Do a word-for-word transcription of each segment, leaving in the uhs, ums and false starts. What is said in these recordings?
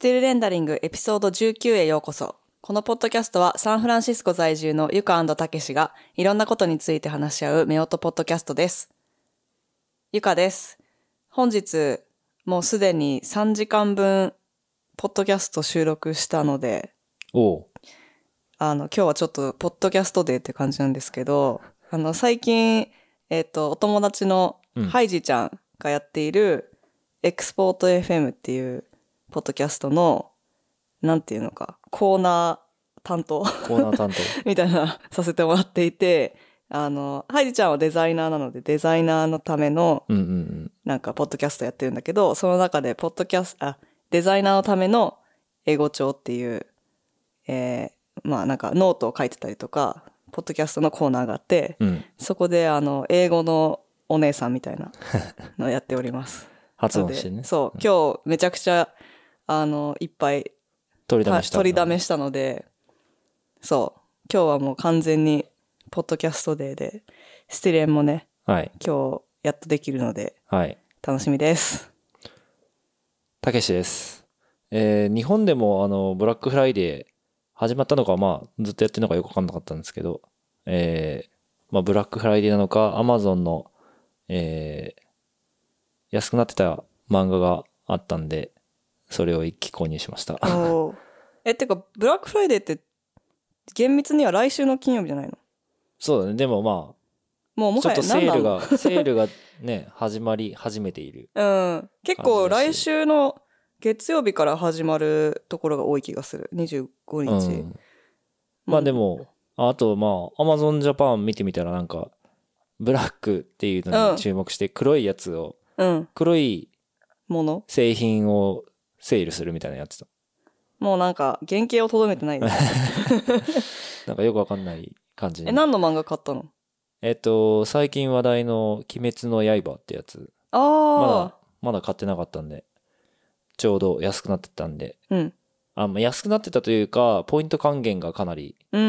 ティールレンダリングエピソードじゅうきゅうへようこそ。このポッドキャストはサンフランシスコ在住のゆか&たけしがいろんなことについて話し合う夫婦ポッドキャストです。ゆかです。本日もうすでにさんじかんぶんポッドキャスト収録したので、 おうあの今日はちょっとポッドキャストデーって感じなんですけど、あの最近えっとお友達のハイジちゃんがやっているエクスポート エフエム っていうポッドキャストのなんていうのかコーナー担当コーナー担当みたいなさせてもらっていて、あのハイジちゃんはデザイナーなのでデザイナーのためのうんうんうんなんかポッドキャストやってるんだけど、その中でポッドキャストあデザイナーのための英語帳っていう、えー、まあなんかノートを書いてたりとかポッドキャストのコーナーがあって、 うん、 そこであの英語のお姉さんみたいなのをやっております。 発音してね。 そう、今日めちゃくちゃあのいっぱい取りだめした、 取りだめしたので、そう今日はもう完全にポッドキャストデーで失恋もね、 はい、 今日やっとできるので、 はい、 楽しみです。 たけしです。えー、日本でもあのブラックフライデー始まったのか、まあずっとやってるのかよく分かんなかったんですけど、えー、まあブラックフライデーなのかアマゾンの、えー、安くなってた漫画があったんで、それを一気購入しました。 おえってかブラックフライデーって厳密には来週の金曜日じゃないの？ そうだね。でもまあもうもはやちょっとセールが何セールがね始まり始めている。 うん、結構来週の月曜日から始まるところが多い気がする。にじゅうごにち、うん、 まあでもあとまあ Amazon Japan 見てみたらなんかブラックっていうのに注目して黒いやつを、うん、黒いもの製品をセールするみたいなやつだ。 もうなんか原型をとどめてないですなんかよくわかんない感じ。 え、何の漫画買ったの？ えっと最近話題の鬼滅の刃ってやつ。 ああ。 まだまだ買ってなかったんで、ちょうど安くなってたんで。うん。あ、まあ、安くなってたというかポイント還元がかなり。うん。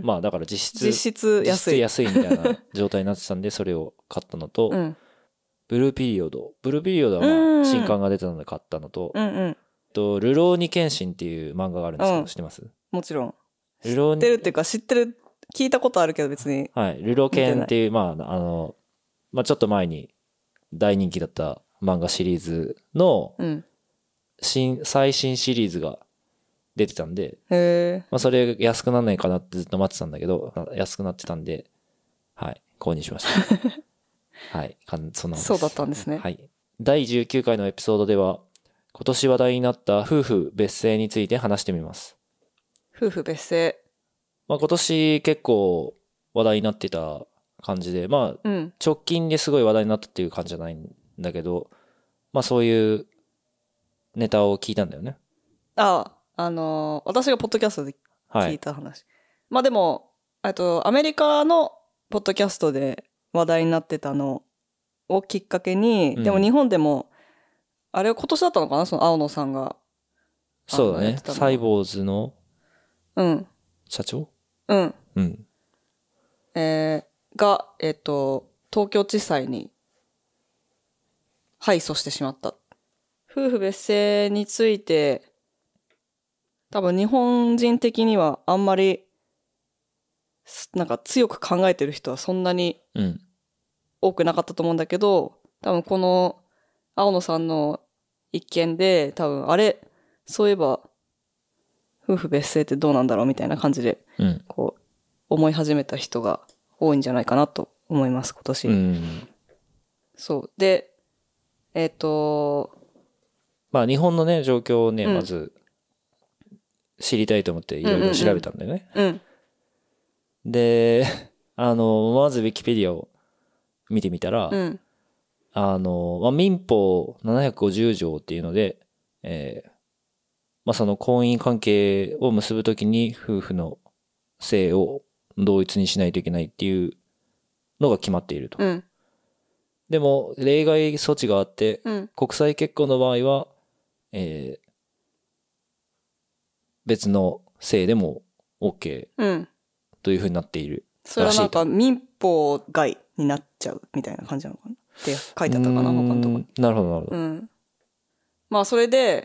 まあだから実質実質安い実質安いみたいな状態になってたんでそれを買ったのと、うん、ブルーピリオドブルーピリオドはまあ新刊が出たので買ったのと、うんうん、とルローニケンシンっていう漫画があるんですけど、うん、知ってます？ もちろん知ってるっていうか知ってる聞いたことあるけど別に。 はい、ルロケンっていうまああのまあちょっと前に大人気だった漫画シリーズの新最新シリーズが出てたんで、へまあそれ安くならないかなってずっと待ってたんだけど安くなってたんで、はい購入しましたはいそんなそうだったんですね。 はい。だいじゅうきゅうかいのエピソードでは今年話題になった夫婦別姓について話してみます。 夫婦別姓、 まあ今年結構話題になってた感じで、まあ直近ですごい話題になったっていう感じじゃないんだけど、まあそういうネタを聞いたんだよね。 ああ、あのー、私がポッドキャストで聞いた話。はい、まあでも、えっと、アメリカのポッドキャストで話題になってたのをきっかけに、うん、でも日本でも、あれは今年だったのかな、その青野さんが。 そうだね。サイボーズの社長、 うん。うん。えー、が、えっと、東京地裁に敗訴してしまった。夫婦別姓について、多分日本人的にはあんまり、なんか強く考えてる人はそんなに多くなかったと思うんだけど、多分この青野さんの一件で、多分あれ、そういえば、夫婦別姓ってどうなんだろうみたいな感じで、うん、こう、思い始めた人が多いんじゃないかなと思います、今年。うん、そう。で、えっと、 まあ日本のね、状況をね、うん、まず、知りたいと思っていろいろ調べたんだよね。うんうんうん、で、あの、まずウィキペディアを見てみたら、うん、あの、まあ、民法ななひゃくごじゅう条っていうので、えー、まあその婚姻関係を結ぶときに夫婦の姓を同一にしないといけないっていうのが決まっていると。うん、でも例外措置があって、うん、国際結婚の場合は、えー、別の姓でも OK というふうになっているらしいと。 それはなんか民法外になっちゃうみたいな感じなのかなって書いてあったかな、他のところに。 なるほどなるほど。うん、 まあそれで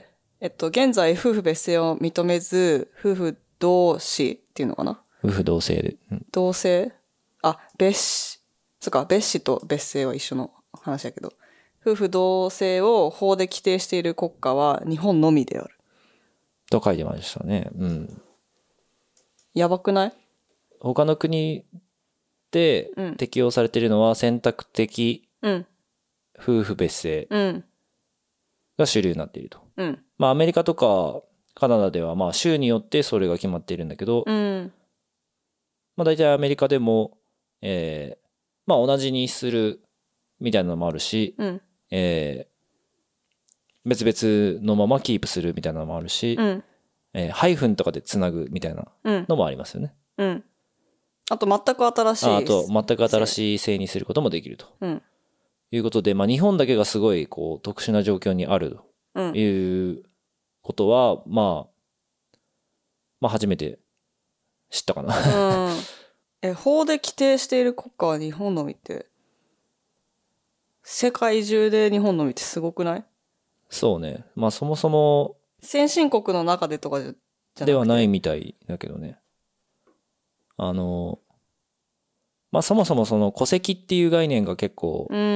えっと、現在夫婦別姓を認めず、夫婦同氏っていうのかな。 夫婦同姓で。 うん、同姓あ、別氏。そっか、別氏と別姓は一緒の話だけど。夫婦同姓を法で規定している国家は日本のみである。 と書いてましたね。うん。 やばくない？ 他の国で適用されているのは選択的夫婦別姓が主流になっていると。うん、まあアメリカとかカナダではまあ州によってそれが決まっているんだけど、うん、まあ大体アメリカでも、えー、まあ同じにするみたいなのもあるし、うん、えー、別々のままキープするみたいなのもあるし、うん、えー、ハイフンとかでつなぐみたいなのもありますよね。うん。うん、 あと全く新しい。 あ, あと全く新しい姓にすることもできると。うん、いうことで、まあ日本だけがすごいこう特殊な状況にあるということは、うん、まあ、まあ初めて知ったかな。 うん。え、法で規定している国家は日本のみって、世界中で日本のみってすごくない？ そうね。まあそもそも先進国の中でとかじゃ、じゃなくてではないみたいだけどね。あの、まあそもそもその戸籍っていう概念が結構、うん、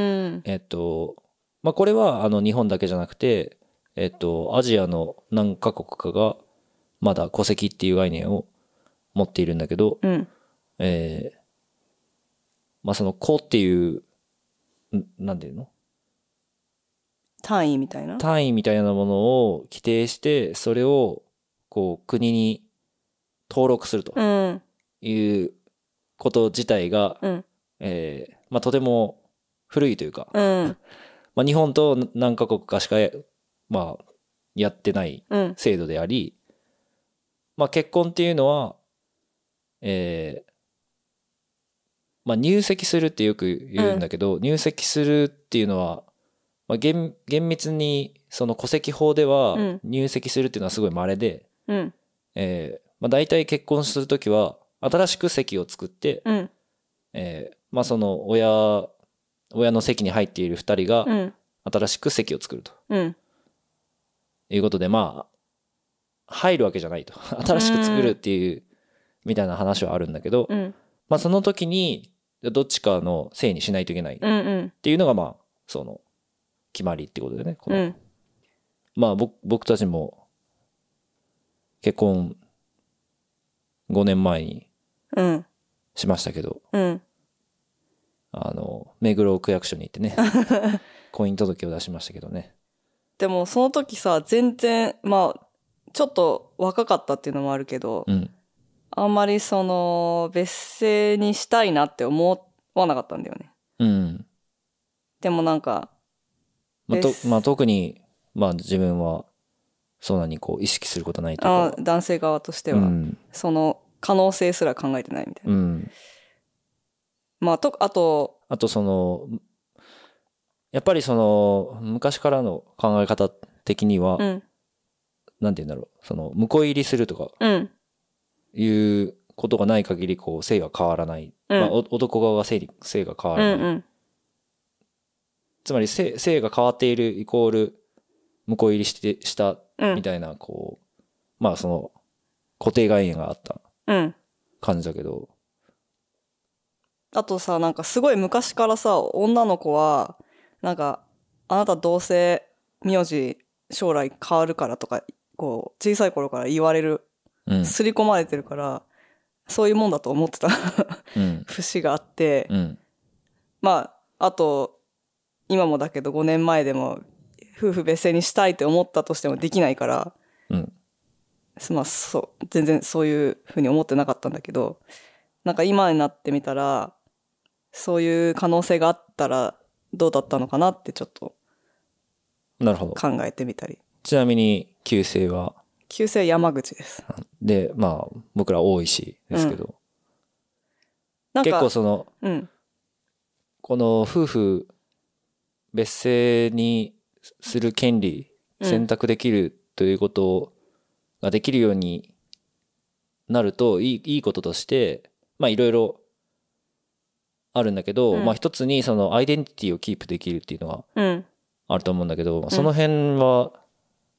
えっと、まあこれはあの日本だけじゃなくて、えっと、アジアの何カ国かがまだ戸籍っていう概念を持っているんだけど、うん、えー、まあその子っていう、なんていうの？ 単位みたいな単位みたいなものを規定して、それをこう国に登録するということ自体が、うん、えー、まあとても古いというか、うん、まあ日本と何カ国かしかまあやってない制度であり、うん、まあ結婚っていうのは、えー、まあ入籍するってよく言うんだけど、うん、入籍するっていうのは、まあ、厳, 厳密にその戸籍法では入籍するっていうのはすごい稀で、うん、えーまあ、大体結婚するときは新しく籍を作って、うん、えーまあ、その親親の籍に入っているふたりが新しく籍を作ると、うん、いうことで、まあ入るわけじゃないと新しく作るっていうみたいな話はあるんだけど、うん、まあ、その時にどっちかの姓にしないといけないっていうのがまあその決まりってことでね、この、うん、まあ僕僕たちも結婚ごねんまえにしましたけど、うん、あの目黒区役所に行ってね婚姻届を出しましたけどね。 でもその時さ、全然まあちょっと若かったっていうのもあるけど、うん、あんまりその別姓にしたいなって思わなかったんだよね。うん、でもなんかまあとまあ、特に、まあ、自分はそんなにこう意識することないとか、 あ男性側としては、うん、その可能性すら考えてないみたいな、うん、まあとあとあとそのやっぱりその昔からの考え方的には、うん、なんて言うんだろう、その婿入りするとかいうことがない限りこう性が変わらない、うん、まあ、男側が性に性が変わらない、うんうん、つまり性、性が変わっているイコール婿入りしてしたみたいな、こう、うん、まあその固定概念があった感じだけど、 うん、あとさ、なんかすごい昔からさ、女の子はなんかあなたどうせ名字将来変わるからとかこう小さい頃から言われる、うん、刷り込まれてるからそういうもんだと思ってたうん、節があって、うん、まああと今もだけどごねんまえでも夫婦別姓にしたいって思ったとしてもできないから、うん、まあそう全然そういうふうに思ってなかったんだけど、なんか今になってみたらそういう可能性があったらどうだったのかなってちょっと考えてみたり。 ちなみに旧姓は旧姓山口です。 でまあ僕ら大石ですけど、うん、なんか結構その、うん、この夫婦別姓にする権利、選択できるということができるようになるといい、いいこととしてまあいろいろあるんだけど、うん、まあ一つにそのアイデンティティをキープできるっていうのはあると思うんだけど、うん、その辺は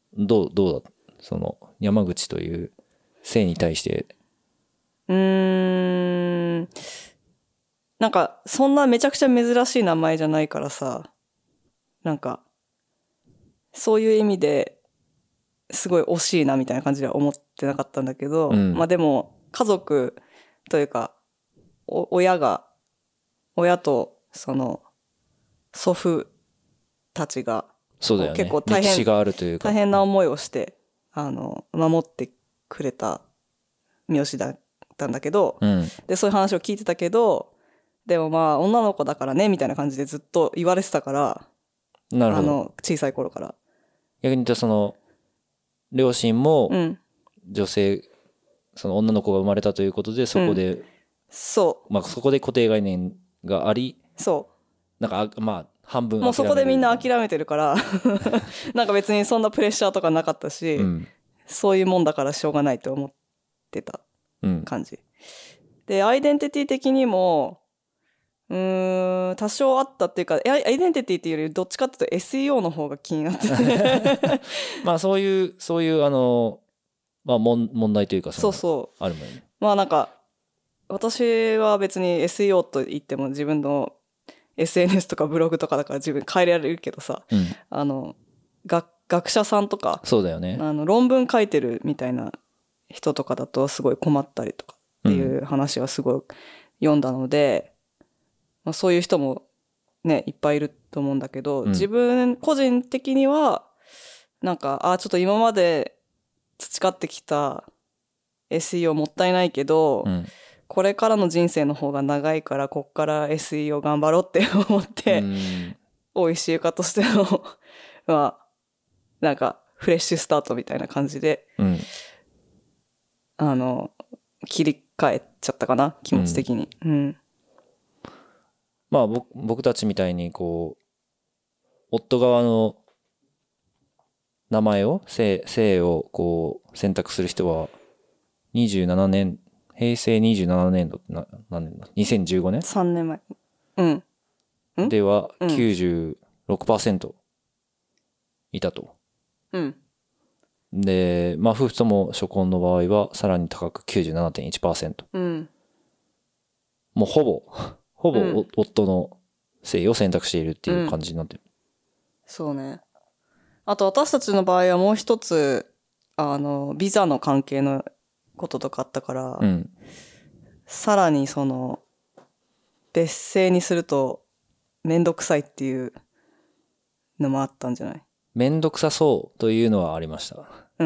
どうどうだその山口という姓に対して。 うーんなんかそんなめちゃくちゃ珍しい名前じゃないからさ、なんかそういう意味ですごい惜しいなみたいな感じでは思ってなかったんだけど、うん、まあでも家族というかお親が親とその祖父たちがそうだよね、 結構大変、 歴史があるというか大変な思いをしてあの守ってくれた名字だったんだけど、 うん、 でそういう話を聞いてたけど、でもまあ女の子だからねみたいな感じでずっと言われてたから、 なるほど、 あの小さい頃から。 逆に言うとその両親も女性、うん、その女の子が生まれたということでそこで、うん、 そうまあそこで固定概念があり、 そうなんかまあ半分もうそこでみんな諦めてるからなんか別にそんなプレッシャーとかなかったし、うん、そういうもんだからしょうがないと思ってた感じ、うん、でアイデンティティ的にもうーん多少あったっていうか、アイデンティティっていうよりどっちかっていうと エスイーオー の方が気になっててまあそういうそういうあのまあ問問題というかそうそうあるもんね。 まあなんか私は別に エスイーオー と言っても自分の エスエヌエス とかブログとかだから自分変えられるけどさ、うん、あの学学者さんとかそうだよね、 あの論文書いてるみたいな人とかだとすごい困ったりとかっていう話はすごい読んだので、うんまあ、そういう人もねいっぱいいると思うんだけど、うん、自分個人的にはなんかあちょっと今まで培ってきた エスイーオー もったいないけど、うんこれからの人生の方が長いからこっから エスイーオー 頑張ろうって思って美味しいかとしてのまあなんかフレッシュスタートみたいな感じで、うん、あの切り替えちゃったかな気持ち的に、うんうん、 まあ僕僕たちみたいにこう夫側の名前を姓姓をこう選択する人はにじゅうななねんへいせいにじゅうななねんどってな何年だにせんじゅうごねんさんねんまえうんでは きゅうじゅうろくパーセント いたと、 うん、 でまあ夫婦とも初婚の場合はさらに高く きゅうじゅうななてんいちパーセント、うん、もうほぼほぼ、うん、夫の姓を選択しているっていう感じになってる、うん、 そうね。あと私たちの場合はもう一つあのビザの関係のこととかあったから、うん、さらにその別姓にするとめんどくさいっていうのもあったんじゃない？ めんどくさそうというのはありました。 うん。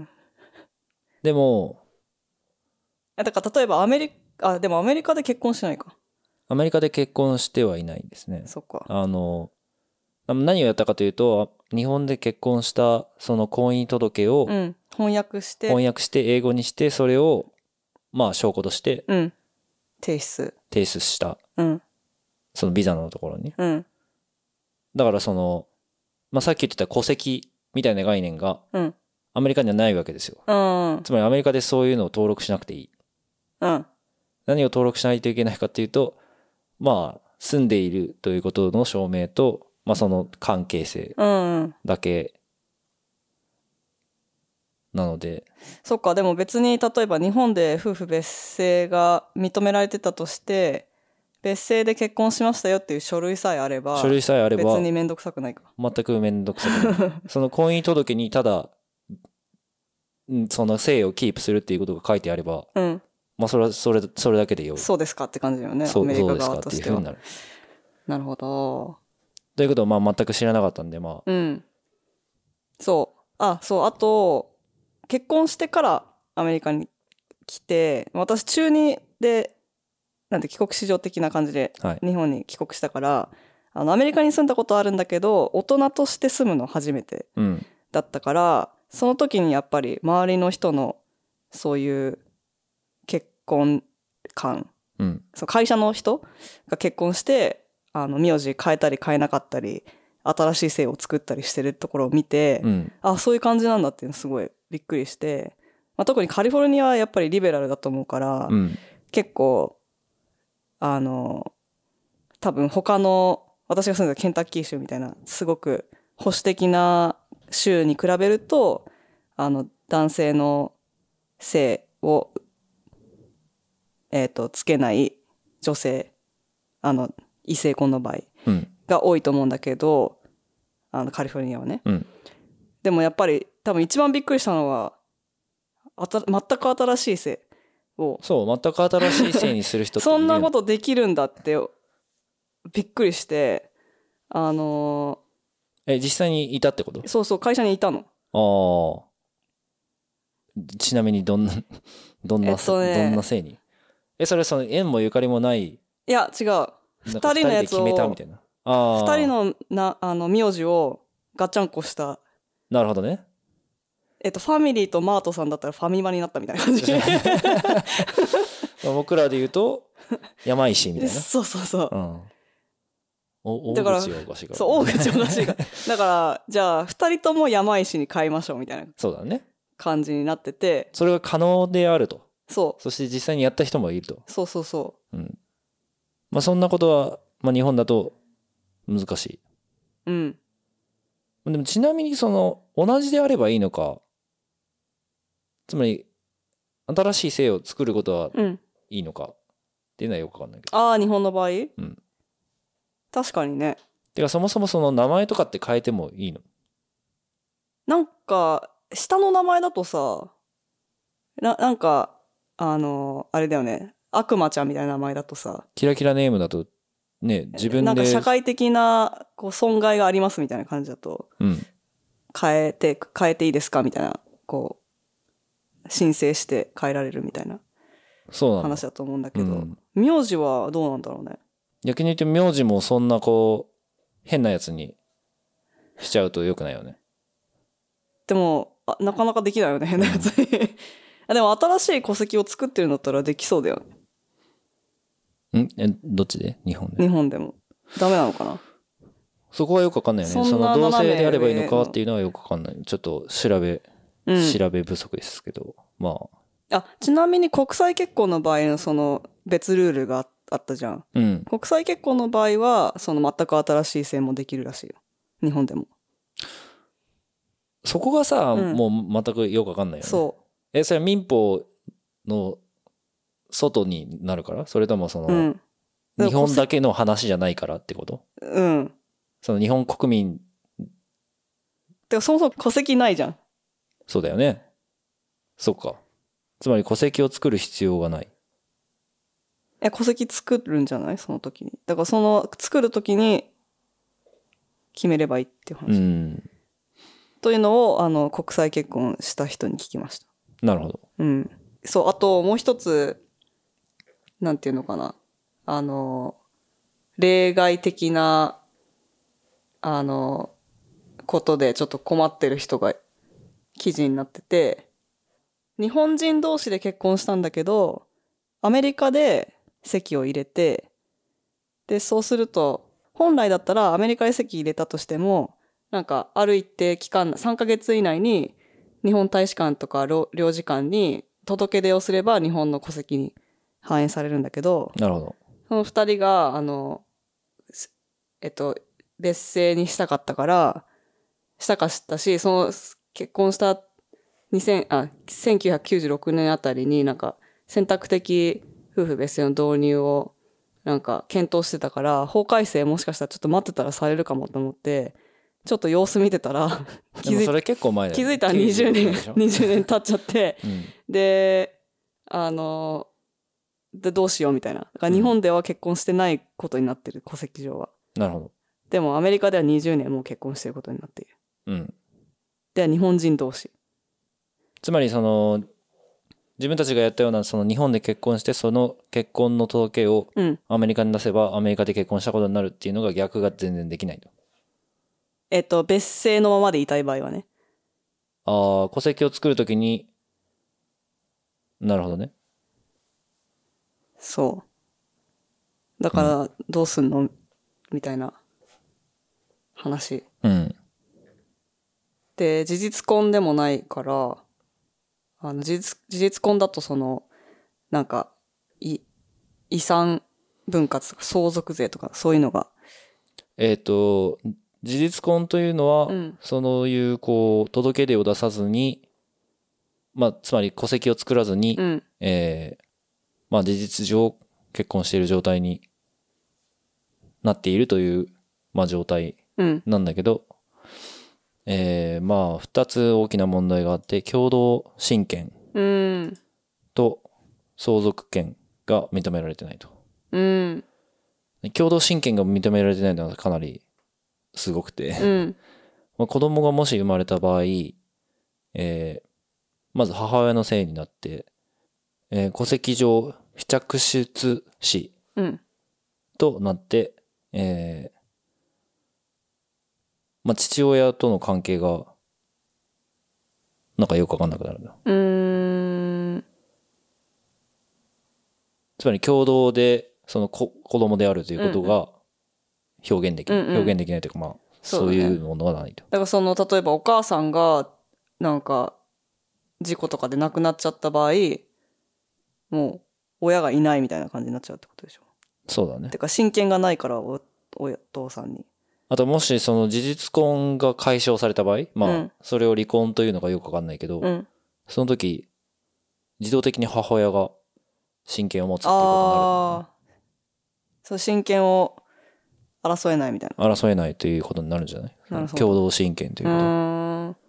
でもだから例えばアメリカあでもアメリカで結婚しないか。 アメリカで結婚してはいないですね。 そっか。 あの何をやったかというと日本で結婚したその婚姻届を、 うん、翻訳して翻訳して英語にしてそれをまあ証拠として、 うん、提出提出した、 うん、 そのビザのところに、 うん、 だからその、まあ、さっき言ってた戸籍みたいな概念がアメリカにはないわけですよ、 うん、 つまりアメリカでそういうのを登録しなくていい、 うん、 何を登録しないといけないかっていうとまあ住んでいるということの姓名と、まあ、その関係性だけなので、 そっか。でも別に例えば日本で夫婦別姓が認められてたとして別姓で結婚しましたよっていう書類さえあれば書類さえあれば別にめんどくさくないか。 全くめんどくさくないその婚姻届にただその姓をキープするっていうことが書いてあれば、うん、まあそれそれそれだけでよそうですかって感じだよね。アメリカ側としては。なるなるほど。 ということをまあ全く知らなかったんでまあ、 うん、そうあそうあと結婚してからアメリカに来て私中にでなんて帰国子女的な感じで日本に帰国したから、はい、あのアメリカに住んだことあるんだけど大人として住むの初めてだったから、うん、その時にやっぱり周りの人のそういう結婚観、うん、そう会社の人が結婚してあの名字変えたり変えなかったり新しい姓を作ったりしてるところを見て、うん、あそういう感じなんだっていうのすごいびっくりして、まあ、特にカリフォルニアはやっぱりリベラルだと思うから、うん、結構あの多分他の私が住んでたケンタッキー州みたいなすごく保守的な州に比べるとあの男性の姓をえっとつけない女性、あの異性婚の場合が多いと思うんだけど、あのカリフォルニアはね、 うん、 でもやっぱり多分一番びっくりしたのはあた全く新しい姓を、 そう全く新しい姓にする人っているそんなことできるんだってびっくりして、あのー、え実際にいたってこと？ そうそう、会社にいたの。 ああ。ちなみにどんなどんな、 えっとね、 どんな姓に？えそれその縁もゆかりもない？ いや違う、二人のやつを二人で決めたみたいな。あ二人のなあの名字をガッチャンコした。 なるほどね。 えっとファミリーとマートさんだったらファミマになったみたいな感じ。 僕らで言うと山石みたいな。 そうそうそう。 うん、おだから大口はおかしいから、 そう大口おかしいからだからじゃあ二人とも山石に変えましょうみたいなそうだね。 感じになってて、 それが可能であると。 そうそして実際にやった人もいると。 そうそうそう、 うん、まあそんなことは、まあ、日本だと難しい。 うん。 でもちなみにその同じであればいいのか、つまり新しい姓を作ることはいいのかっていうのはよくわかんないけど、 ああ日本の場合、うん、確かにね。 てかそもそもその名前とかって変えてもいいの？ なんか下の名前だとさ、な, なんかあのあれだよね、悪魔ちゃんみたいな名前だとさ、 キラキラネームだとね、自分でなんか社会的なこう損害がありますみたいな感じだと、 うん、 変えて変えていいですかみたいな、こう申請して変えられるみたいな話だと思うんだけど、うん、名字はどうなんだろうね。 逆に言うと名字もそんなこう変なやつにしちゃうとよくないよね。 でもあなかなかできないよね、変なやつに、うん、でも新しい戸籍を作ってるんだったらできそうだよね。んえどっちで？日本で？ 日本でもダメなのかな。 そこはよくわかんないよね。 そ, その同性であればいいのかっていうのはよくわかんない。ちょっと調べ、うん、調べ不足ですけど、まあ。あちなみに国際結婚の場合のその別ルールがあったじゃん、うん、国際結婚の場合はその全く新しい姓もできるらしいよ、日本でも。 そこがさ、うん、もう全くよくわかんないよね。そうえそれは民法の外になるから、それともその、うん、日本だけの話じゃないからってこと？うん。その日本国民でもそもそも戸籍ないじゃん。 そうだよね。そっか。つまり戸籍を作る必要がない。 え戸籍作るんじゃないその時に。だからその作る時に決めればいいっていう話。うん。というのをあの国際結婚した人に聞きました。 なるほど。 うん。そうあともう一つなんていうのかな、あの例外的なあのことでちょっと困ってる人が記事になってて、日本人同士で結婚したんだけどアメリカで籍を入れて、でそうすると本来だったらアメリカで籍入れたとしてもなんかある一定期間さんかげつ以内に日本大使館とか領事館に届け出をすれば日本の戸籍に反映されるんだけど、 なるほど。 そのふたりがあのえっと別姓にしたかったからしたかったし、その結婚したにせんあせんきゅうひゃくきゅうじゅうろくねんあたりになんか選択的夫婦別姓の導入をなんか検討してたから、法改正もしかしたらちょっと待ってたらされるかもと思ってちょっと様子見てたら気づい、それ結構前だよね、 気づいたらにじゅうねんにじゅうねん経っちゃって、うん、であのでどうしようみたいな。だから日本では結婚してないことになってる、戸籍上は。 なるほど。 でもアメリカではにじゅうねんもう結婚してることになっている。うん。では日本人同士。 つまりその自分たちがやったようなその日本で結婚してその結婚の届けをアメリカに出せばアメリカで結婚したことになるっていうのが逆が全然できないと。 えっと別姓のままでいたい場合はね。 ああ、戸籍を作るときに、なるほどね。 そうだからどうすんの、うん、みたいな話、うん、で事実婚でもないからあの事実、事実婚だとそのなんかい遺産分割とか相続税とかそういうのがえっと事実婚というのは、 うん、 そういうこう届け出を出さずに、まあつまり戸籍を作らずに、 うん、 えー、まあ事実上結婚している状態になっているという、まあ、状態なんだけど、うん、えー、まあ二つ大きな問題があって、共同親権と相続権が認められてないと。うん、共同親権が認められてないのはかなりすごくて、うん、まあ子供がもし生まれた場合、えー、まず母親のせいになって、えー、戸籍上付着出子となって、うん、えー、まあ父親との関係がなんかよくわかんなくなるんだ。うーん。つまり共同でその子子供であるということが表現できない、うんうん、表現できないというか、まあそういうものがないと。 だからその例えばお母さんがなんか事故とかで亡くなっちゃった場合、もう親がいないみたいな感じになっちゃうってことでしょ。 そうだね。 てか親権がないからおお父さんに。 あともしその事実婚が解消された場合、まあそれを離婚というのがよくわかんないけど、うん、その時自動的に母親が親権を持つっていうことになる、ね。ああ、 そう親権を争えないみたいな。 争えないということになるんじゃない？なるほど。共同親権ということ。うーん。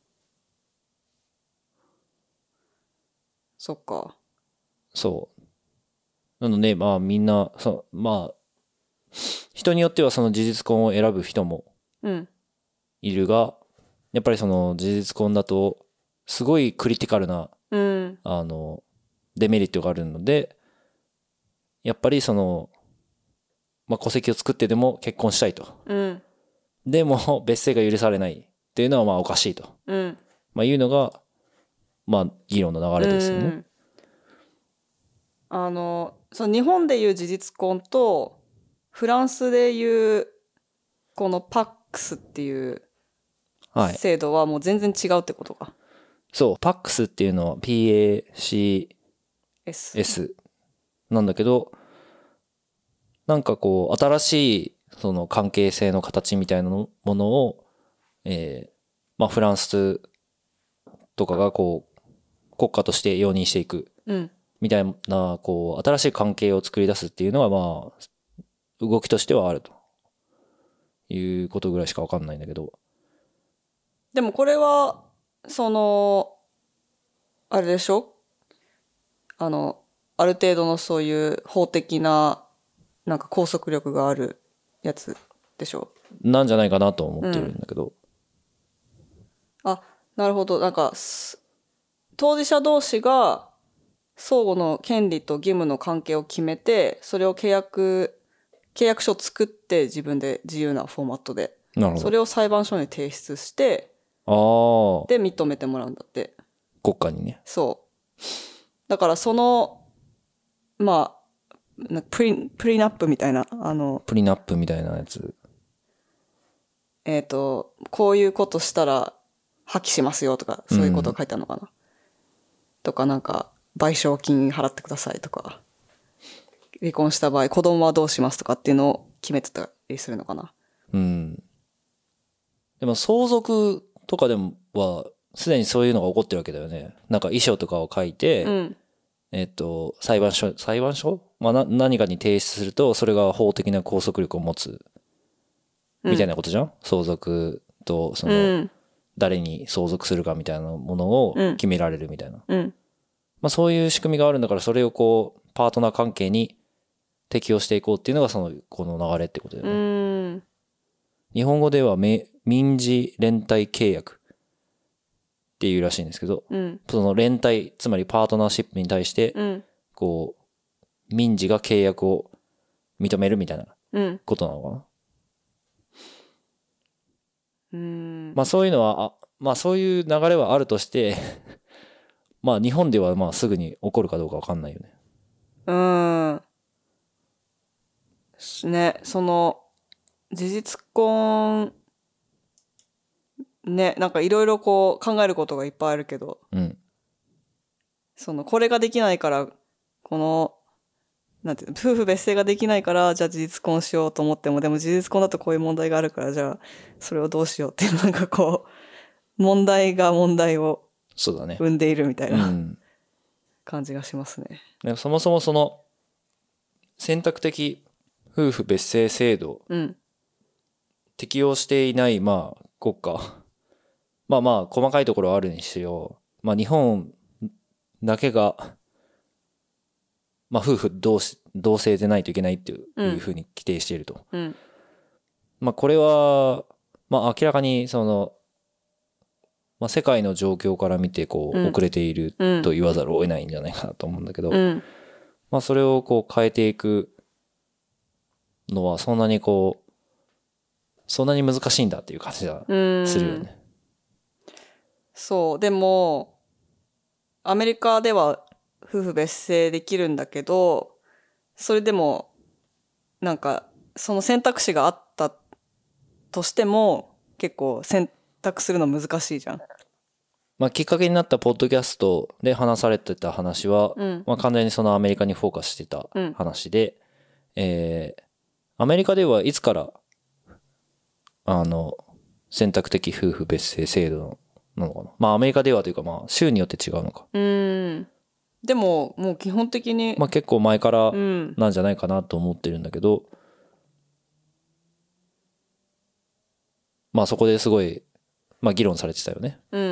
そっか。 そう。なので、まあみんな、そまあ、人によってはその事実婚を選ぶ人もいるが、うん、やっぱりその事実婚だと、すごいクリティカルな、うん、あの、デメリットがあるので、やっぱりその、まあ戸籍を作ってでも結婚したいと。うん、でも別姓が許されないっていうのはまあおかしいと。うん、まあいうのが、まあ議論の流れですよね。うん、 あの、その日本でいう事実婚と、フランスでいうこのパックスっていう制度はもう全然違うってことか。はい、 そう、パックスっていうのは ピーエーシーエス なんだけど、なんかこう新しいその関係性の形みたいなものを、えー、まあフランスとかがこう国家として容認していくみたいな、こう新しい関係を作り出すっていうのはまあ動きとしてはあるということぐらいしかわかんないんだけど。 でもこれはそのあれでしょ、あのある程度のそういう法的ななんか拘束力があるやつでしょなんじゃないかなと思ってるんだけど、 うん、あ、なるほど。なんか当事者同士が相互の権利と義務の関係を決めて、それを契約契約書を作って自分で自由なフォーマットで、なるほど、それを裁判所に提出して、ああ、で認めてもらうんだって。 国家にね。 そう。だからそのまあプリプリナップみたいな、あのプリナップみたいなやつ。 えっとこういうことしたら破棄しますよとか、そういうことが書いてあるのかな。うん、とかなんか賠償金払ってくださいとか、離婚した場合子供はどうしますとかっていうのを決めてたりするのかな。 うん。でも相続とかでもはすでにそういうのが起こってるわけだよね。なんか遺書とかを書いて、うん、えっと裁判所裁判所、まあ、な何かに提出するとそれが法的な拘束力を持つみたいなことじゃん。うん、相続とその、うん、誰に相続するかみたいなものを決められるみたいな。うん、まあそういう仕組みがあるんだから、それをこうパートナー関係に適用していこうっていうのがそのこの流れってことだよね。うん、日本語では民事連帯契約っていうらしいんですけど、うん、その連帯、つまりパートナーシップに対して、うん、こう民事が契約を認めるみたいなことなのかな。うん、まあそういうのは、あ、まあそういう流れはあるとしてまあ日本ではまあすぐに起こるかどうかわかんないよね。うん。 ね、その事実婚ね、なんかいろいろこう考えることがいっぱいあるけど、うん、そのこれができないからこのなんていうの、夫婦別姓ができないからじゃあ事実婚しようと思っても、でも事実婚だとこういう問題があるからじゃあそれをどうしようっていう、なんかこう問題が問題をそうだね。 生んでいるみたいな、 うん、 感じがしますね。 でもそもそもその選択的夫婦別姓制度、 うん、 適用していないまあ国家、まあまあ細かいところはあるにしよう、まあ日本だけがまあ夫婦同士同性でないといけないっていうふうに規定していると、 うん、 まあこれはまあ明らかにその、まあ、世界の状況から見てこう遅れていると言わざるを得ないんじゃないかなと思うんだけど、 うん、 まあそれをこう変えていくのはそんなにこうそんなに難しいんだっていう感じがするよね。 そう、でもアメリカでは夫婦別姓できるんだけど、それでもなんかその選択肢があったとしても結構選択するの難しいじゃん。 まあきっかけになったポッドキャストで話されてた話は、うん、まあ完全にそのアメリカにフォーカスしてた話で、うん、えー、アメリカではいつからあの選択的夫婦別姓制度なのかな。まあアメリカではというかまあ州によって違うのか。 うん。でももう基本的にまあ結構前からなんじゃないかなと思ってるんだけど、うん、まあそこですごいまあ議論されてたよね。 うん。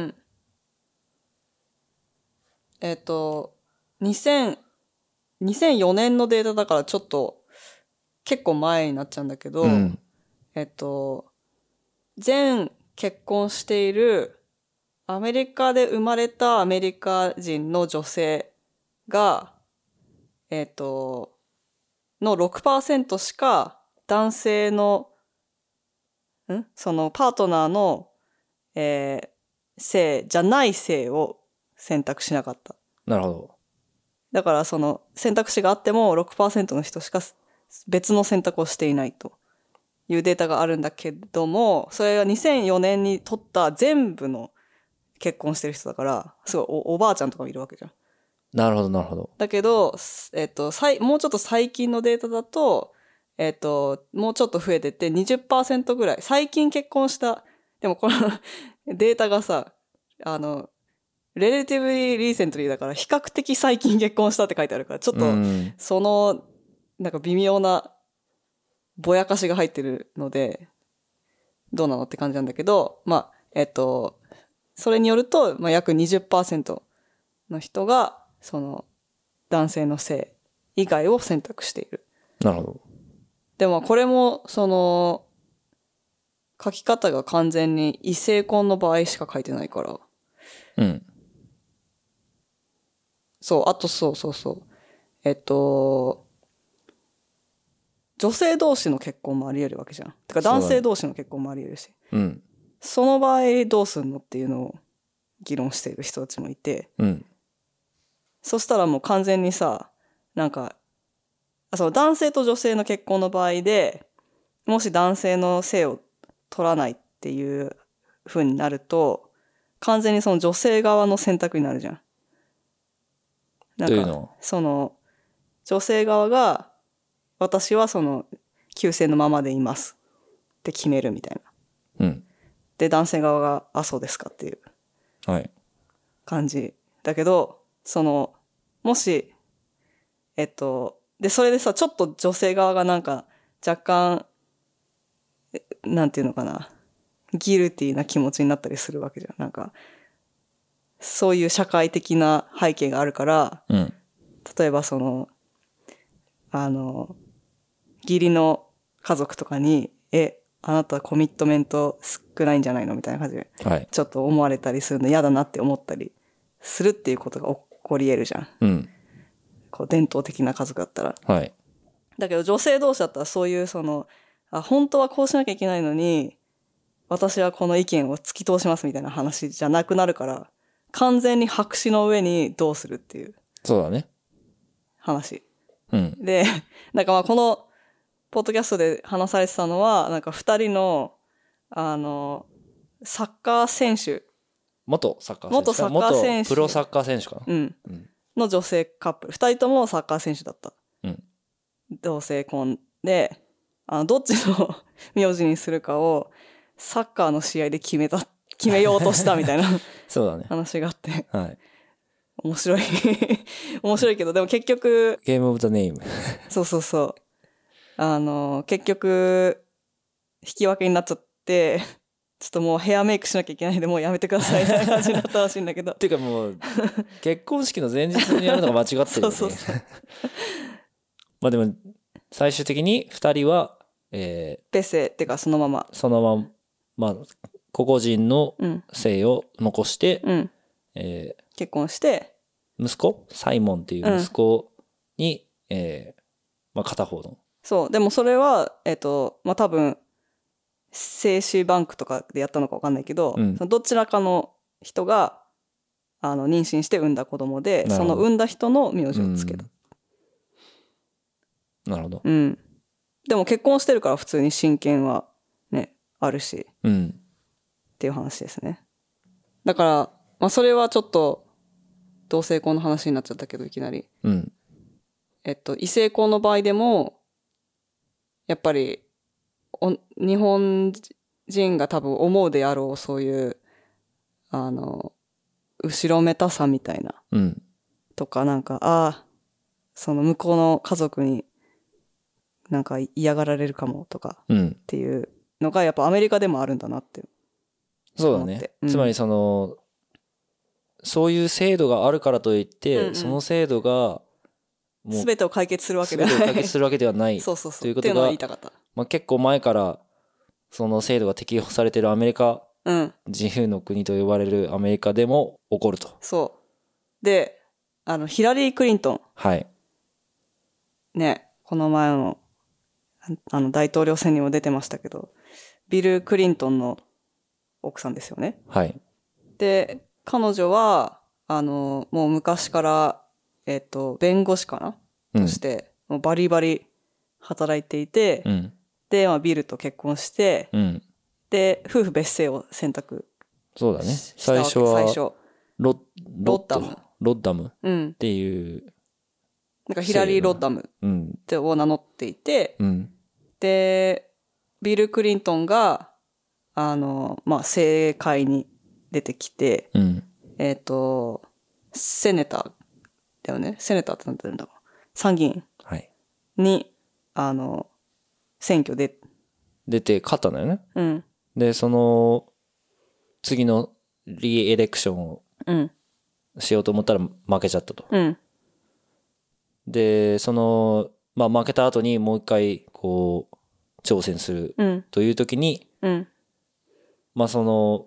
えっとにせん、にせんよねんのデータだからちょっと結構前になっちゃうんだけど、うん、えっと全結婚しているアメリカで生まれたアメリカ人の女性がえっとの ろくパーセント しか男性のんそのパートナーの、えー、性じゃない性を選択しなかった。 なるほど。 だからその選択肢があっても ろくパーセント の人しか別の選択をしていないというデータがあるんだけども、それがにせんよねんに取った全部の結婚してる人だから、すごい お, おばあちゃんとかもいるわけじゃん。 なるほどなるほど。 だけど、えっと、もうちょっと最近のデータだと、えっと、もうちょっと増えてて にじゅっパーセント ぐらい。最近結婚した、でもこのデータがさ、あの、relatively recently だから比較的最近結婚したって書いてあるから、ちょっとそのなんか微妙なぼやかしが入ってるので、どうなのって感じなんだけど、まあ、えっと、それによると、まあ、約 にじゅっパーセント の人が、その、男性の性以外を選択している。 なるほど。 でもこれも、その、書き方が完全に異性婚の場合しか書いてないから。 うん。 そう、あとそうそうそう。えっと、女性同士の結婚もあり得るわけじゃん。てか男性同士の結婚もあり得るし。 うん。 その場合どうすんのっていうのを議論している人たちもいて。 うん。 そしたらもう完全にさ、なんか、その男性と女性の結婚の場合で、もし男性の性を取らないっていう風になると、完全にその女性側の選択になるじゃん。なんか、 というのその、女性側が、私はその、旧姓のままでいますって決めるみたいな。うん。 で、男性側が、あ、そうですかっていう。 はい。 感じ。だけど、その、もし、えっと、で、それでさ、ちょっと女性側がなんか、若干、なんていうのかな、ギルティーな気持ちになったりするわけじゃん。なんか、そういう社会的な背景があるから、 うん、 例えばその、あの、義理の家族とかに、え、あなたコミットメント少ないんじゃないのみたいな感じで、はい、ちょっと思われたりするの嫌だなって思ったりするっていうことが起こり得るじゃん。 うん、 こう伝統的な家族だったら。 はい。 だけど女性同士だったらそういうその、あ、本当はこうしなきゃいけないのに、私はこの意見を突き通しますみたいな話じゃなくなるから、完全に白紙の上にどうするっていう。 そうだね。 話。 うん。 で、なんかまあこの、ポッドキャストで話されてたのは、なんか二人の、あの、サッカー選手。 元サッカー選手。 元サッカー選手。 元プロサッカー選手かな。 うん。うん、の女性カップル。二人ともサッカー選手だった。 うん。 同性婚で、あのどっちの名字にするかをサッカーの試合で決めた決めようとしたみたいなそうだね。 話があって、 はい。 面白い面白いけど、でも結局ゲームオブザネーム。 そうそうそう、あの結局引き分けになっちゃって、ちょっともうヘアメイクしなきゃいけないんでもうやめてくださいみたいな感じになったらしいんだけどっていうかもう結婚式の前日にやるのが間違ってるよね。 そうそうそうまあでも最終的にふたりは、えー、 ベセっていうかそのままそのまま、まあ、個々人の姓を残して、 うんえー、 結婚して、 息子サイモンっていう息子に、うん、えーまあ、片方の。 そう、でもそれは、えっと、まあ多分、精子バンクとかでやったのか分かんないけど、うん、そのどちらかの人があの妊娠して産んだ子供で、その産んだ人の名字をつけた。 なるほど。 うん。でも結婚してるから普通に親権はね、あるし、 うん、 っていう話ですね。だから、まあそれはちょっと同性婚の話になっちゃったけど、いきなり。 うん。 えっと、異性婚の場合でも、やっぱり、お日本人が多分思うであろう、そういう、あの、後ろめたさみたいな。 うん。 とか、なんか、ああ、その向こうの家族になんか嫌がられるかもとか、っていうのがやっぱアメリカでもあるんだなって。 そうだね。うん、つまりその、そういう制度があるからといって、うんうん、その制度が、 すべてを解決するわけではない。 すべてを解決するわけではない。 そうそうそう。 ということが、 言いたかった。 まあ、結構前からその制度が適用されているアメリカ、うん、自由の国と呼ばれるアメリカでも起こると。 そう。で、あの、ヒラリー・クリントン。 はい。 ね、この前の、あの、大統領選にも出てましたけど、ビル・クリントンの奥さんですよね。 はい。 で、彼女は、あの、もう昔から、えっと、弁護士かな、うん、として、もうバリバリ働いていて、うん、で、まあ、ビルと結婚して、うん、で、夫婦別姓を選択。 そうだね。最初は、最初ロ、ロッダム。ロッダムっていう、うん、 なんかヒラリー・ロッダムってを名乗っていて、うん、で、ビル・クリントンが、あの、まあ、政界に出てきて、うん、えっと、セネターだよね。セネターってなんて言うんだろう。参議院に、はい、あの、選挙で。 出て勝ったんだよね。 うん。 で、その、次のリエレクションをしようと思ったら負けちゃったと。うん。で、その、まあ負けた後にもう一回、こう、挑戦するという時に、うん、まあその、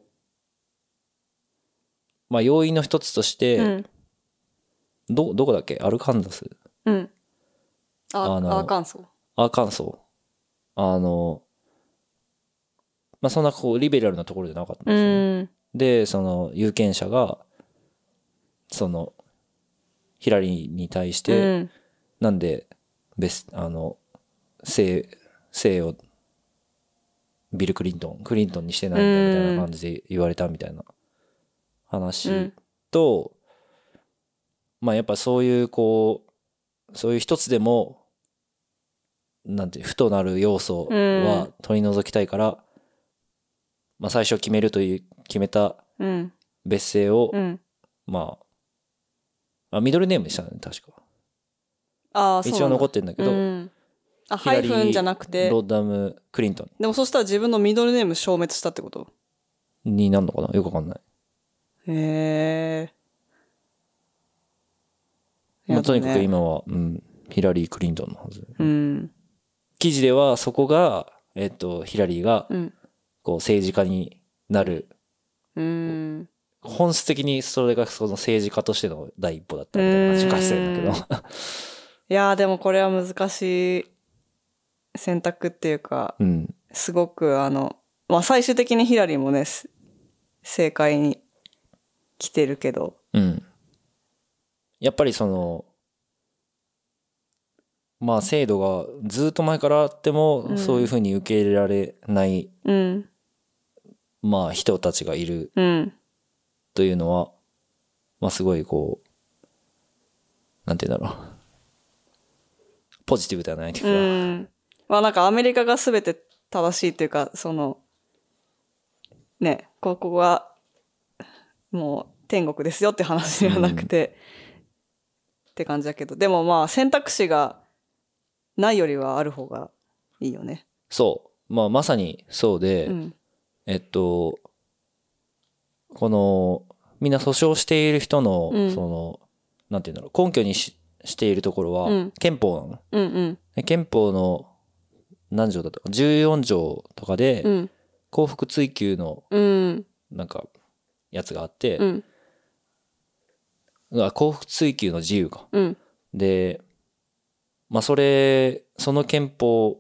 まあ要因の一つとして、うん、ど、どこだっけアルカンザス。 うん。あ、あのアーカンソー。 アーカンソー。あの、まあそんなこう、リベラルなところじゃなかったんですよ、ね。うん、で、その、有権者が、その、ヒラリーに対して、うん、なんで、ベス、あの、姓、姓を、ビル・クリントン、クリントンにしてないんだみたいな感じで言われたみたいな話と、うん、まあやっぱそういうこう、そういう一つでも、なんていう、負となる要素は取り除きたいから、うん、まあ最初決めるという、決めた別姓を、うん、まあ、あ、ミドルネームでしたね、確か。 ああ、 一応残ってるんだけど、うん、 あ、ハイフンじゃなくて。 ロッダム・クリントン。 でもそしたら自分のミドルネーム消滅したってことになんのかなよくわかんない。 へえ。まあ、とにかく今は、うん、ヒラリー・クリントンのはず。うん。記事ではそこが、えっと、ヒラリーが、こう、政治家になる。うん。本質的にそれがその政治家としての第一歩だったみたいな感じがしてるんだけど。 いやーでもこれは難しい選択っていうか、うん、すごくあの、まあ最終的にヒラリーもね、正解に来てるけど。 うん。やっぱりその、まあ制度がずっと前からあっても、そういうふうに受け入れられない、うん、まあ人たちがいるというのは、まあすごいこう、なんて言うんだろう。 ポジティブではないというか、 うん、まあなんかアメリカが全て正しいっていうか、そのね、ここがもう天国ですよって話ではなくて、うん、って感じだけど、でもまあ選択肢がないよりはある方がいいよね。 そう、まあまさにそうで、うん、えっとこのみんな訴訟している人の、うん、そのなんていうんだろう、根拠に し, しているところは、うん、憲法なの、うんうん、憲法の何条だとかじゅうよん条とかで、うん、幸福追求のなんかやつがあって、うん、幸福追求の自由か、うん、でまあそれその憲法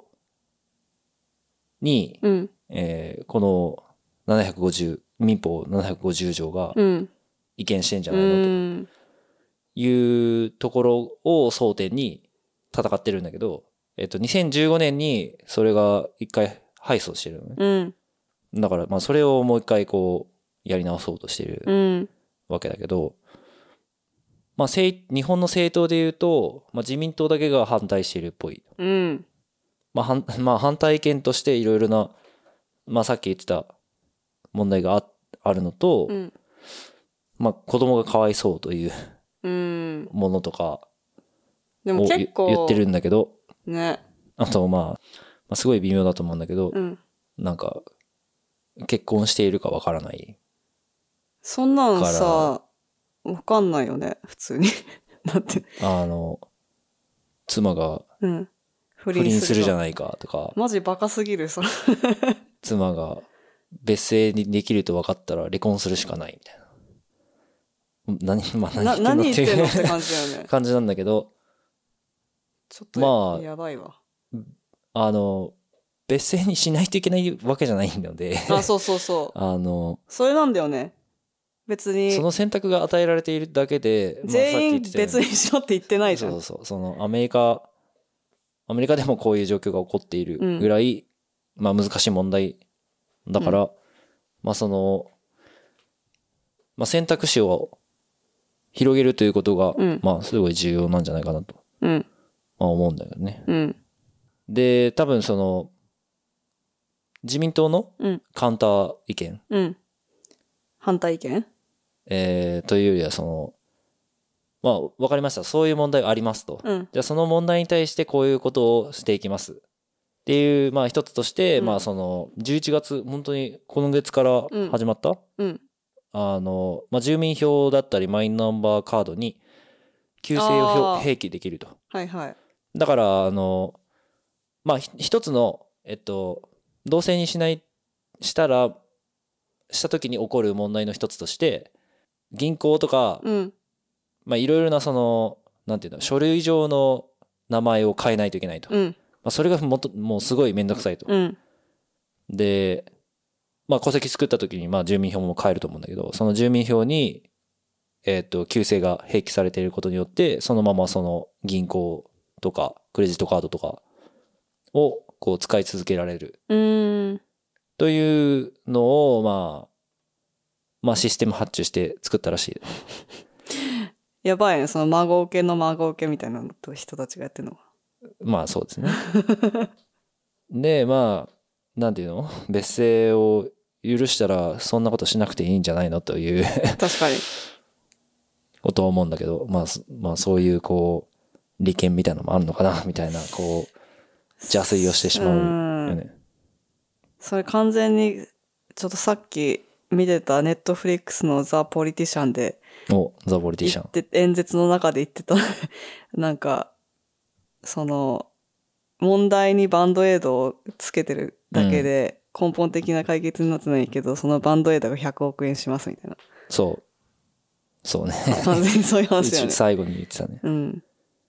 に、うんえー、このななひゃくごじゅう民法ななひゃくごじゅう条が違憲してんじゃないの、うん、というところを争点に戦ってるんだけど、えっとにせんじゅうごねんにそれが一回敗訴してるのね、うん、だからまあそれをもう一回こうやり直そうとしてるわけだけど、まあ日本の政党でいうと、まあ、自民党だけが反対しているっぽい、うんまあ、反まあ反対意見としていろいろな、まあ、さっき言ってた問題が あ, あるのと、うん、まあ子供がかわいそうというものとかを言ってるんだけど、ね、あとまあ、まあすごい微妙だと思うんだけど、うん、なんか結婚しているかわからない、 そんなのさわかんないよね普通にだってあの妻が不倫するじゃないかとか、 マジバカすぎるそれ妻が別姓にできると分かったら離婚するしかないみたいな、何、まあ、何言ってんのって感じだよね感じなんだけど、 ちょっとやばいわ、 まあ、あの別姓にしないといけないわけじゃないのであそうそうそうあのそれなんだよね、別にその選択が与えられているだけで全員別にしろって言ってないじゃん、 そうそうそう、そのアメリカアメリカでもこういう状況が起こっているぐらい、うん、まあ難しい問題だから、うん、まあそのまあ選択肢を広げるということが、うん、まあすごい重要なんじゃないかなと、うん、まあ思うんだよね、うん、で多分その自民党のカウンター意見、 うん、反対意見えー、というよりはそのまあ分かりました、そういう問題がありますと、うん、じゃあその問題に対してこういうことをしていきますっていう、まあ一つとして、うん、まあそのじゅういちがつ本当に今月から始まった、うんうん、あのまあ住民票だったりマイナンバーカードに旧姓を併記できると、 はいはい、 だからあのまあ一つのえっと同姓にしないしたらした時に起こる問題の一つとして銀行とか、うん、まあいろいろなそのなんていうの書類上の名前を変えないといけないと、うん、まあ、それがもっともうすごいめんどくさいと、うん、でまあ戸籍作った時にまあ住民票も変えると思うんだけど、その住民票にえっと旧姓が併記されていることによってそのままその銀行とかクレジットカードとかをこう使い続けられる、うんというのをまあまあシステム発注して作ったらしいやばいね、その孫受けの孫受けみたいなのと人たちがやってるのは。 まあそうですねでまあなんていうの、別姓を許したらそんなことしなくていいんじゃないのという確かにことを思うんだけど、まあまあそういうこう利権みたいなのもあるのかなみたいな、こう邪推をしてしまうよね。 それ完全にちょっとさっき見てたネットフリックスのザ・ポリティシャンでおザ・ポリティシャン演説の中で言ってたなんかその問題にバンドエイドをつけてるだけで根本的な解決になってないけど、うん、そのバンドエイドがひゃくおくえんしますみたいな。 そうそうね完全にそういう話だよね最後に言ってたね。うん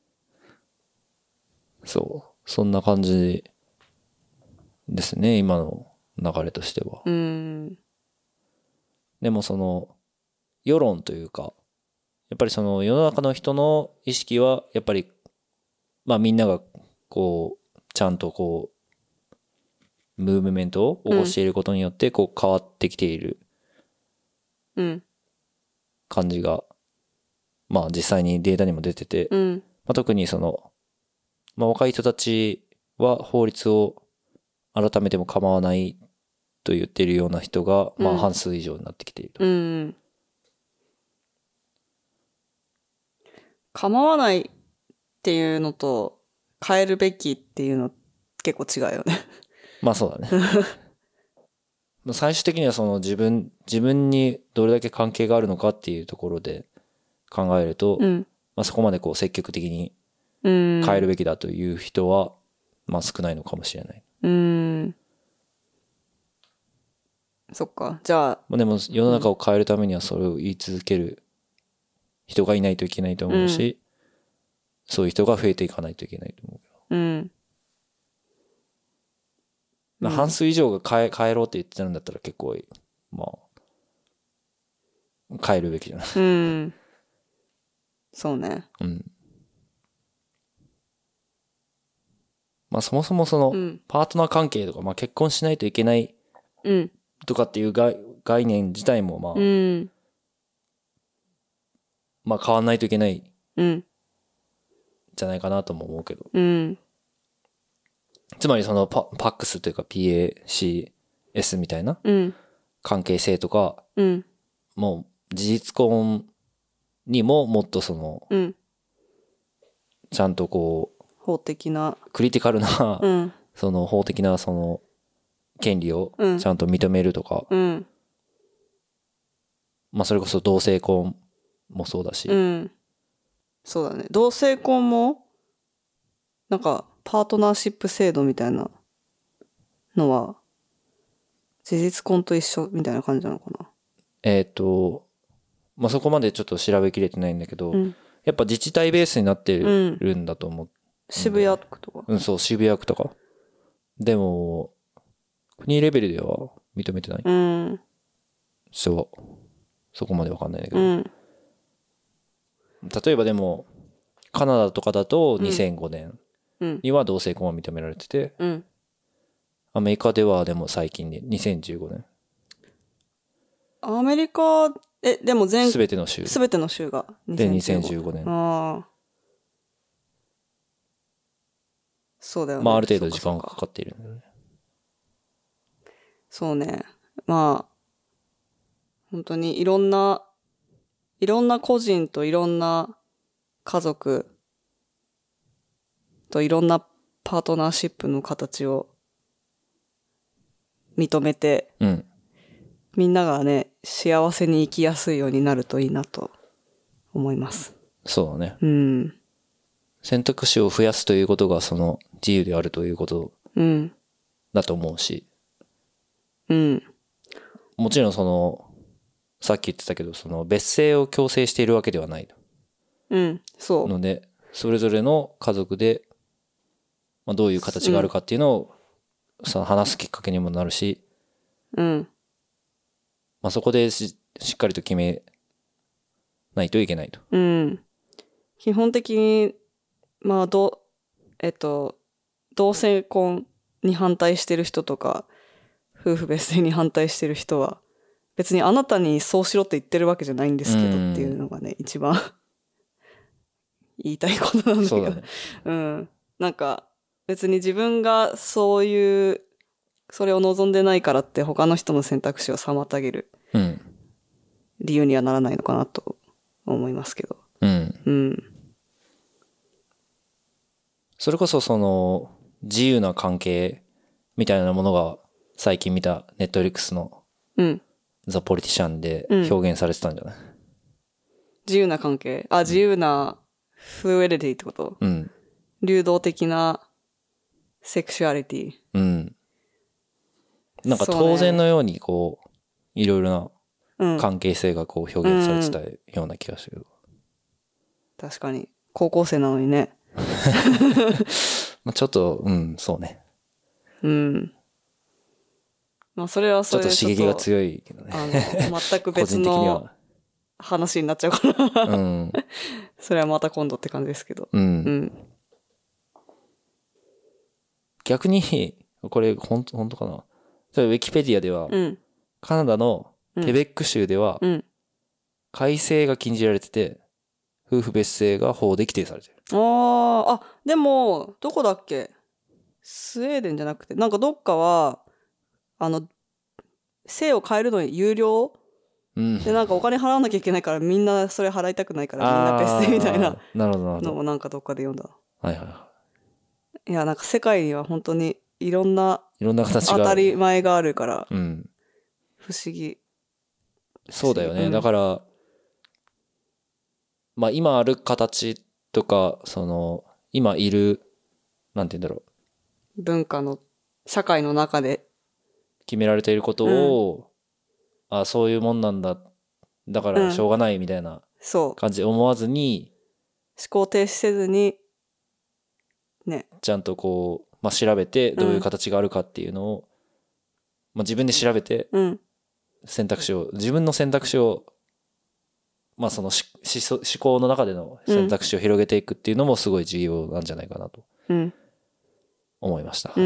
そうそんな感じですね今の流れとしては。うんでもその世論というかやっぱりその世の中の人の意識はやっぱりまあみんながこうちゃんとこうムーブメントを起こしていることによってこう変わってきている感じがまあ実際にデータにも出てて、まあ特にそのまあ若い人たちは法律を改めても構わないと言っているような人が、まあ半数以上になってきていると。 うん。構わないっていうのと変えるべきっていうの結構違うよね。 まあそうだね。最終的にはその自分、自分にどれだけ関係があるのかっていうところで考えると、 うん、 まあそこまでこう積極的に変えるべきだという人は、まあ少ないのかもしれない。 うん。そっか。じゃあ。 まあでも世の中を変えるためにはそれを言い続ける人がいないといけないと思うし、うん、そういう人が増えていかないといけないと思うけど。うん。まあ、半数以上が変え、変えろって言ってるんだったら結構、まあ、変えるべきじゃない。 うん。そうね。 うん。まあそもそもその、パートナー関係とか、まあ結婚しないといけないとかっていう概概念自体もまあ、うん、まあ変わんないといけないじゃないかなとも思うけど。うん、つまりそのパ、パックスというか ピーエーシーエス みたいな関係性とか、うん、もう事実婚にももっとその、うん、ちゃんとこう、 法的な。 クリティカルな、うん、その法的なその、権利をちゃんと認めるとか、うん、まあそれこそ同性婚もそうだし、うん、 そうだね。同性婚もなんかパートナーシップ制度みたいなのは事実婚と一緒みたいな感じなのかな。 えっとまあそこまでちょっと調べきれてないんだけど、うん、やっぱ自治体ベースになってるんだと思う、うん、 渋谷区とか。 うん、そう渋谷区とか。でも国レベルでは認めてない。うん。そう。そこまでわかんないんだけど。うん、例えばでも、カナダとかだとにせんごねんには同性婚は認められてて、うん、アメリカではでも最近ににせんじゅうごねん。 アメリカ、え、でも全、 すべての州。 すべての州がで、にせんじゅうごねん。ああ。 そうだよね。 まあある程度時間がかかっているんだよね。 そうね。まあ、本当にいろんな、いろんな個人といろんな家族といろんなパートナーシップの形を認めて、うん、みんながね、幸せに生きやすいようになるといいなと思います。 そうだね。うん。選択肢を増やすということがその自由であるということだと思うし。うん。もちろんその、さっき言ってたけど、その別姓を強制しているわけではないと。 うん、そう。 ので、それぞれの家族で、まあ、どういう形があるかっていうのを、うん、その話すきっかけにもなるし、うん。まあそこでし、しっかりと決めないといけないと。 うん。基本的に、まあ、ど、えっと、同性婚に反対してる人とか、夫婦別姓に反対してる人は、別にあなたにそうしろって言ってるわけじゃないんですけどっていうのがね、一番言いたいことなんだけど。そうだね。うん。なんか、別に自分がそういう、それを望んでないからって他の人の選択肢を妨げる理由にはならないのかなと思いますけど。うん。うん。 それこそその自由な関係みたいなものが最近見たネットフリックスのザ・ポリティシャンで表現されてたんじゃない、うん、 自由な関係あ、自由なフルエリティってこと、うん、流動的なセクシュアリティ。うん。 なんか当然のようにこう、いろいろな関係性がこう表現されてたような気がする、うんうんうん。確かに。高校生なのにね。 まあちょっと、うん、そうね。うん。 まあそれはそれでちょっと刺激が強いけどね。 あの、全く別の話になっちゃうから、うん、それはまた今度って感じですけど。うん。うん、 逆に、これ本当本当かな。ウィキペディアでは、うん、カナダのケベック州では、改正が禁じられてて、 夫婦別姓が法で規定されてる。 あー、あ、でも、どこだっけ？スウェーデンじゃなくて、なんかどっかは、あの、姓を変えるのに有料、うん、で、なんかお金払わなきゃいけないから、みんなそれ払いたくないから、みんな別姓みたいなのもなんかどっかで読んだ。 はいはいはい。 いや、なんか世界には本当にいろんな、 いろんな形がある。 当たり前があるから、 うん、 不思議。 そうだよね。うん、だから、まあ今ある形とか、その、今いる、なんて言うんだろう。文化の、社会の中で。 決められていることを、うん、あ、そういうもんなんだ。だからしょうがないみたいな感じで思わずに、 うん、思考停止せずに、ね。 ちゃんとこう、まあ調べて、どういう形があるかっていうのを、うん、まあ自分で調べて、選択肢を、自分の選択肢を、まあそのし思考の中での選択肢を広げていくっていうのもすごい重要なんじゃないかなと思いました。うん、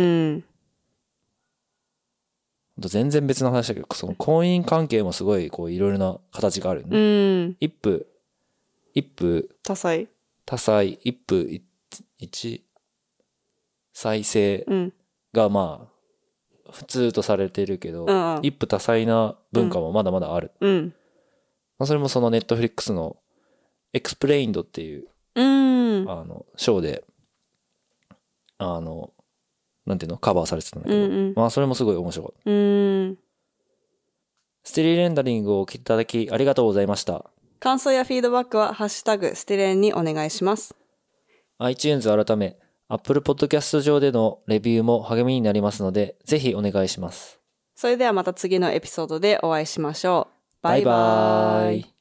全然別の話だけど、その婚姻関係もすごいこういろいろな形があるよね。うん、一夫、一夫多妻、 多妻、一夫一妻制がまあ普通とされているけど、うんうん、一夫多妻な文化もまだまだある。うんまあ、それもそのネットフリックスのエクスプレインドっていう、うん、あのショーであのなんていうのカバーされてたんだけど、うんうん、まあそれもすごい面白かった。うん、ステリーレンダリングをお聞きいただきありがとうございました。 感想やフィードバックはハッシュタグステレンにお願いします。 iTunes 改め Apple Podcast 上でのレビューも励みになりますのでぜひお願いします。 それではまた次のエピソードでお会いしましょう。バイバイ。